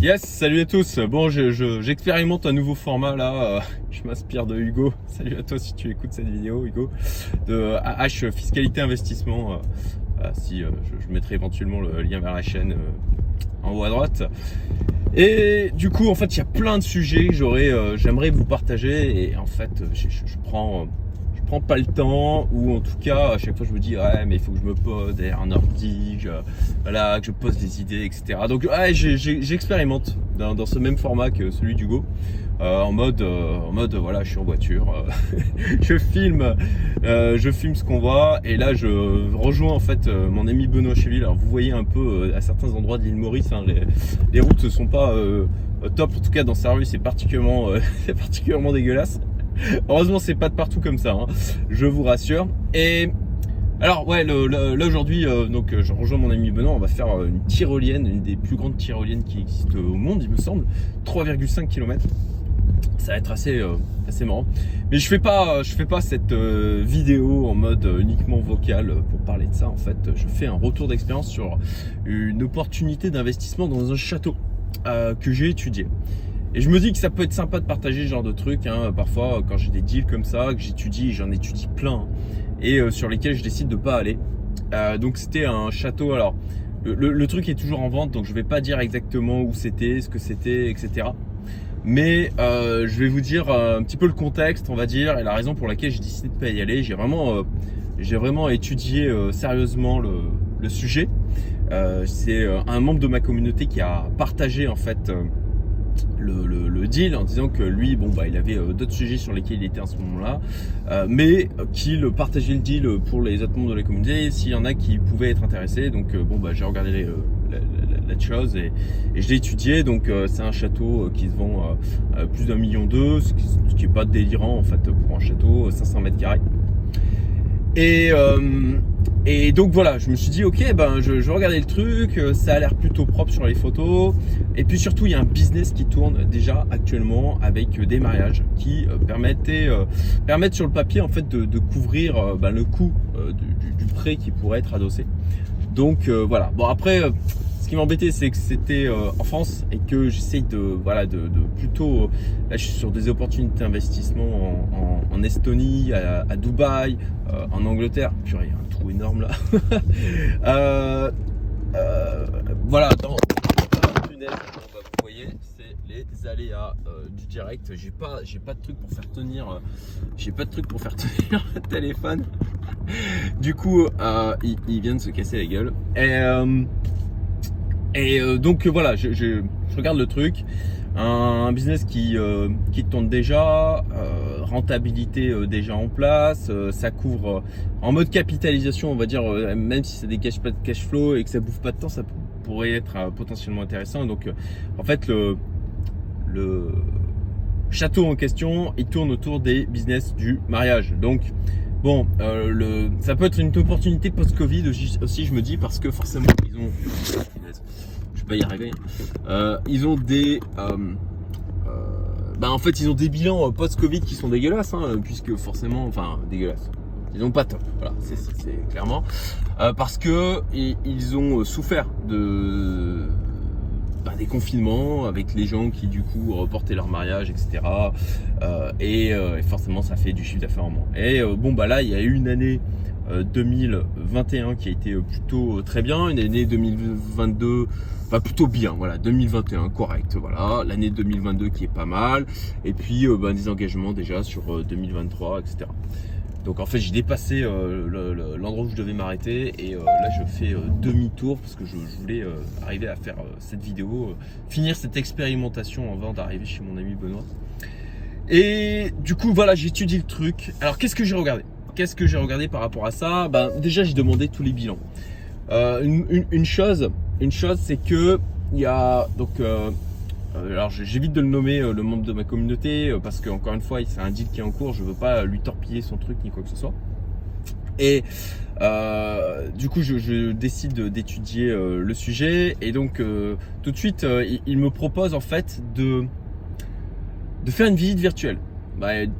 Yes, salut à tous. Bon, j'expérimente un nouveau format là. Je m'inspire de Hugo. Salut à toi si tu écoutes cette vidéo, Hugo, de AH Fiscalité Investissement. Je mettrai éventuellement le lien vers la chaîne en haut à droite. Et du coup, en fait, il y a plein de sujets que j'aimerais vous partager. Et en fait, je prends pas le temps, ou en tout cas à chaque fois je me dis ouais, mais il faut que je me pose derrière un ordi, que je pose des idées, etc. Donc ouais, j'expérimente dans ce même format que celui d'Hugo, en mode voilà, je suis en voiture, je filme ce qu'on voit, et là je rejoins en fait mon ami Benoît Cheville. Alors vous voyez un peu à certains endroits de l'île Maurice, hein, les routes ne sont pas top, en tout cas dans sa rue c'est particulièrement dégueulasse. Heureusement c'est pas de partout comme ça, hein, je vous rassure. Et alors ouais, là aujourd'hui donc je rejoins mon ami Benoît. On va faire une tyrolienne, une des plus grandes tyroliennes qui existent au monde, il me semble, 3,5 km. Ça va être assez marrant. Mais je fais pas cette vidéo en mode uniquement vocal pour parler de ça. En fait, je fais un retour d'expérience sur une opportunité d'investissement dans un château que j'ai étudié. Et je me dis que ça peut être sympa de partager ce genre de trucs, hein. Parfois, quand j'ai des deals comme ça, que j'étudie, j'en étudie plein, hein, et sur lesquels je décide de pas aller. Donc c'était un château. Alors, le truc est toujours en vente, donc je vais pas dire exactement où c'était, ce que c'était, etc. Mais je vais vous dire un petit peu le contexte, on va dire, et la raison pour laquelle j'ai décidé de pas y aller. J'ai vraiment étudié sérieusement le sujet. C'est un membre de ma communauté qui a partagé en fait le deal, en disant que lui, il avait d'autres sujets sur lesquels il était à ce moment-là, mais qu'il partageait le deal pour les autres membres de la communauté s'il y en a qui pouvaient être intéressés. Donc j'ai regardé la chose et je l'ai étudié. Donc c'est un château qui se vend plus d'1,2 million, ce qui est pas délirant en fait pour un château 500 mètres carrés. Et donc voilà, je me suis dit ok, je regardais le truc, ça a l'air plutôt propre sur les photos, et puis surtout il y a un business qui tourne déjà actuellement avec des mariages qui permettent sur le papier en fait de couvrir le coût du prêt qui pourrait être adossé. Donc voilà. Bon, après ce qui m'embêtait, c'est que c'était en France et que j'essaye de plutôt, là je suis sur des opportunités d'investissement en Estonie, à Dubaï, en Angleterre. Purée, il y a un trou énorme là. Voilà, dans un tunnel, vous voyez, c'est les aléas du direct. J'ai pas de truc pour faire tenir, le téléphone. Du coup, il vient de se casser la gueule. Donc voilà, je regarde le truc, un business qui tourne déjà, rentabilité déjà en place, ça couvre en mode capitalisation, on va dire, même si c'est des cash flow et que ça bouffe pas de temps, ça pourrait être potentiellement intéressant. Donc en fait le château en question, il tourne autour des business du mariage. Donc bon, ça peut être une opportunité post-Covid aussi, je me dis, parce que forcément ils ont, je vais pas y arriver, ils ont des en fait ils ont des bilans post-Covid qui sont dégueulasses, hein, puisque forcément, enfin dégueulasses, ils ont pas top, voilà, c'est clairement parce que ils ont souffert des confinements, avec les gens qui du coup reportaient leur mariage, etc. Et forcément ça fait du chiffre d'affaires en moins. Et là il y a eu une année 2021 qui a été plutôt très bien, une année 2022 plutôt bien, voilà, 2021 correct, voilà, l'année 2022 qui est pas mal, et puis des engagements déjà sur 2023, etc. Donc en fait j'ai dépassé l'endroit où je devais m'arrêter, et là je fais demi-tour parce que je voulais arriver à faire cette vidéo, finir cette expérimentation avant d'arriver chez mon ami Benoît. Et du coup voilà, j'ai étudié le truc. Alors qu'est-ce que j'ai regardé par rapport à ça? Déjà j'ai demandé tous les bilans. Une chose c'est que il y a donc alors j'évite de le nommer, le membre de ma communauté, parce que encore une fois c'est un deal qui est en cours, je veux pas lui torpiller son truc ni quoi que ce soit. Et du coup je décide d'étudier le sujet, et donc tout de suite il me propose en fait de faire une visite virtuelle.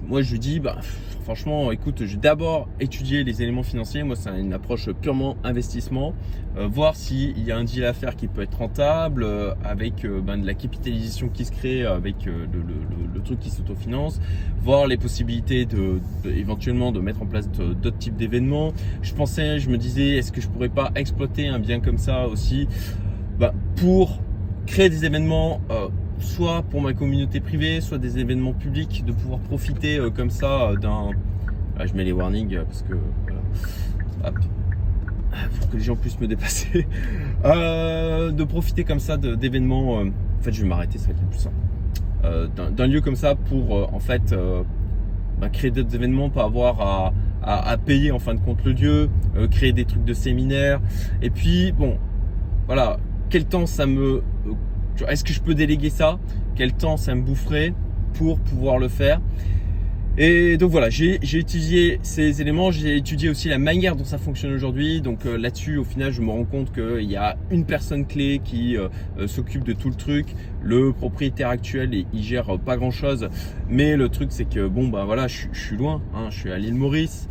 moi je lui dis, franchement, écoute, je vais d'abord étudier les éléments financiers. Moi, c'est une approche purement investissement, voir s'il y a un deal à faire qui peut être rentable, avec de la capitalisation qui se crée, avec le truc qui s'autofinance, voir les possibilités éventuellement de mettre en place d'autres types d'événements. Je me disais, est-ce que je pourrais pas exploiter un bien comme ça aussi, pour créer des événements, soit pour ma communauté privée, soit des événements publics, de pouvoir profiter comme ça d'un... je mets les warnings parce que voilà, hop, pour que les gens puissent me dépasser, de profiter comme ça d'événements. En fait, je vais m'arrêter, ça va être le plus simple. D'un lieu comme ça pour créer d'autres événements, pas avoir à payer en fin de compte le lieu, créer des trucs de séminaires. Et puis bon, voilà, quel temps ça me... Est-ce que je peux déléguer ça? Quel temps ça me boufferait pour pouvoir le faire? Et donc voilà, j'ai étudié ces éléments, j'ai étudié aussi la manière dont ça fonctionne aujourd'hui. Donc là-dessus, au final, je me rends compte qu'il y a une personne clé qui s'occupe de tout le truc. Le propriétaire actuel, il gère pas grand-chose. Mais le truc, c'est que voilà, je suis loin, hein, je suis à l'île Maurice.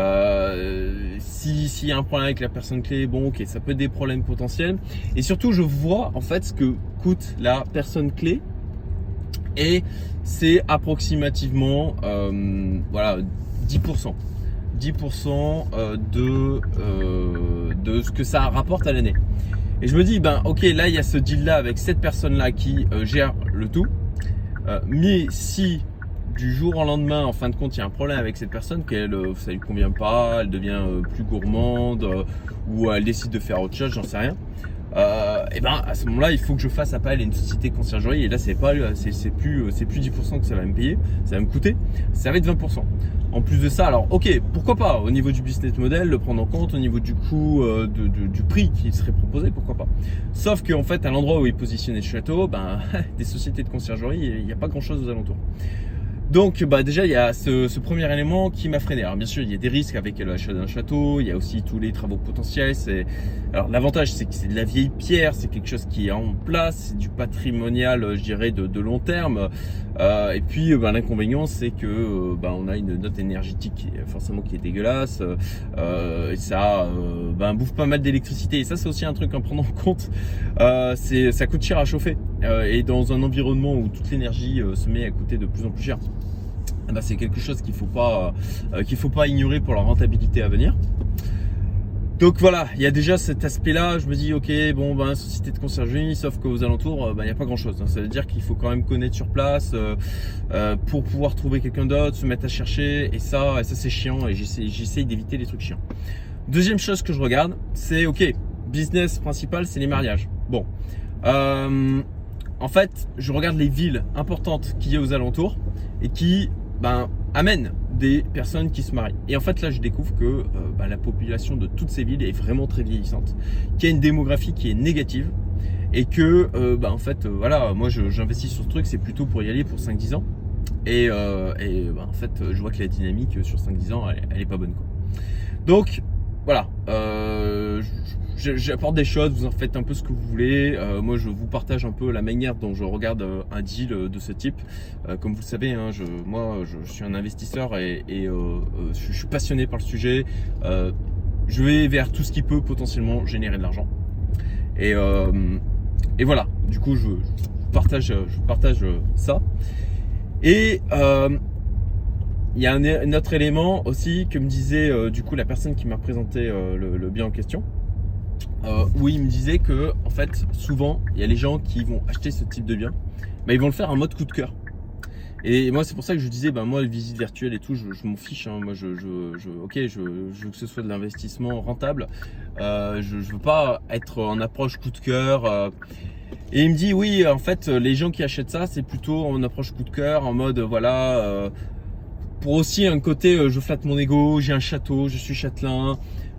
S'il y a un problème avec la personne clé, ok, ça peut être des problèmes potentiels. Et surtout, je vois en fait ce que coûte la personne clé. Et c'est approximativement 10% de ce que ça rapporte à l'année. Et je me dis, ok, là il y a ce deal là avec cette personne là qui gère le tout, mais si du jour au lendemain, en fin de compte, il y a un problème avec cette personne, ça lui convient pas, elle devient plus gourmande, ou elle décide de faire autre chose, j'en sais rien. À ce moment-là, il faut que je fasse appel à une société de conciergerie. Et là, c'est plus 10% que ça va me payer, ça va me coûter, ça va être 20%. En plus de ça, alors ok, pourquoi pas au niveau du business model, le prendre en compte, au niveau du coût, du prix qui serait proposé, pourquoi pas. Sauf qu'en fait, à l'endroit où est positionné le château, des sociétés de conciergerie, il n'y a pas grand-chose aux alentours. Donc déjà il y a ce premier élément qui m'a freiné. Alors bien sûr il y a des risques avec l'achat d'un château, il y a aussi tous les travaux potentiels. Alors l'avantage c'est que c'est de la vieille pierre, c'est quelque chose qui est en place, c'est du patrimonial je dirais de long terme. Et puis l'inconvénient c'est que on a une note énergétique qui est dégueulasse, et ça bouffe pas mal d'électricité. Et ça c'est aussi un truc à prendre en compte. Ça coûte cher à chauffer, et dans un environnement où toute l'énergie se met à coûter de plus en plus cher, c'est quelque chose qu'il faut pas ignorer pour la rentabilité à venir. Donc voilà, il y a déjà cet aspect-là. Je me dis ok, société de conciergerie, sauf qu'aux alentours, il n'y a pas grand-chose. Ça veut dire qu'il faut quand même connaître sur place pour pouvoir trouver quelqu'un d'autre, se mettre à chercher. Et ça c'est chiant. Et j'essaye d'éviter les trucs chiants. Deuxième chose que je regarde, c'est ok, business principal, c'est les mariages. Bon, en fait, je regarde les villes importantes qu'il y a aux alentours et qui amènent des personnes qui se marient. Et en fait là je découvre que la population de toutes ces villes est vraiment très vieillissante, qu'il y a une démographie qui est négative, et que voilà, moi j'investis sur ce truc, c'est plutôt pour y aller pour 5-10 ans, et en fait je vois que la dynamique sur 5-10 ans elle est pas bonne quoi. Donc voilà, j'apporte des choses, vous en faites un peu ce que vous voulez. Moi je vous partage un peu la manière dont je regarde un deal de ce type. Comme vous le savez, hein, je suis un investisseur et je suis passionné par le sujet. Je vais vers tout ce qui peut potentiellement générer de l'argent. Et voilà, du coup je partage ça. Et il y a un autre élément aussi que me disait du coup la personne qui m'a présenté le bien en question, où il me disait que en fait souvent il y a les gens qui vont acheter ce type de bien, ils vont le faire en mode coup de cœur. Et moi c'est pour ça que je disais moi les visites virtuelles et tout, je m'en fiche, hein. Moi je veux que ce soit de l'investissement rentable, je veux pas être en approche coup de cœur. Et il me dit oui, en fait les gens qui achètent ça c'est plutôt en approche coup de cœur, en mode pour aussi un côté je flatte mon ego, j'ai un château, je suis châtelain,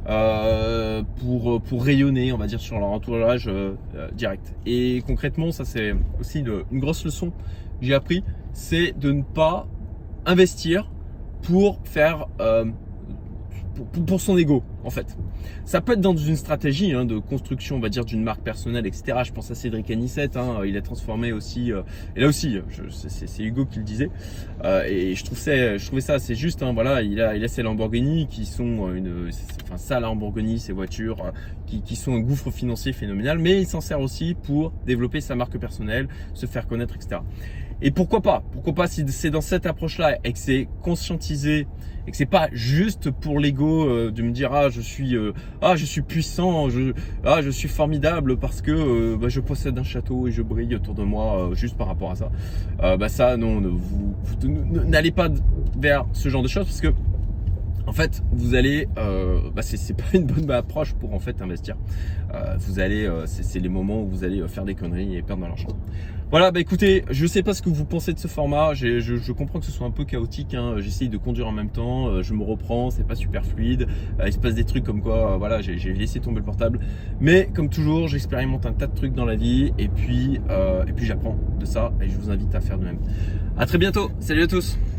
pour rayonner on va dire sur leur entourage direct. Et concrètement ça c'est aussi une grosse leçon que j'ai appris, c'est de ne pas investir pour faire pour son ego. en fait. Ça peut être dans une stratégie de construction, on va dire, d'une marque personnelle, etc. Je pense à Cédric Anissette, il a transformé aussi, et là aussi, c'est Hugo qui le disait, et je trouvais ça assez juste. Voilà, il a ses Lamborghini qui sont sa Lamborghini, ses voitures qui sont un gouffre financier phénoménal, mais il s'en sert aussi pour développer sa marque personnelle, se faire connaître, etc. Et pourquoi pas si c'est dans cette approche-là et que c'est conscientisé et que c'est pas juste pour l'ego de me dire je suis puissant, je suis formidable parce que je possède un château et je brille autour de moi juste par rapport à ça. Ça non, vous n'allez pas vers ce genre de choses parce que en fait, vous allez, c'est pas une bonne approche pour en fait investir. Vous allez, c'est les moments où vous allez faire des conneries et perdre de l'argent. Voilà, écoutez, je sais pas ce que vous pensez de ce format. Je comprends que ce soit un peu chaotique. J'essaye de conduire en même temps. Je me reprends, c'est pas super fluide. Il se passe des trucs comme quoi, voilà, j'ai laissé tomber le portable. Mais comme toujours, j'expérimente un tas de trucs dans la vie et puis j'apprends de ça et je vous invite à faire de même. À très bientôt. Salut à tous.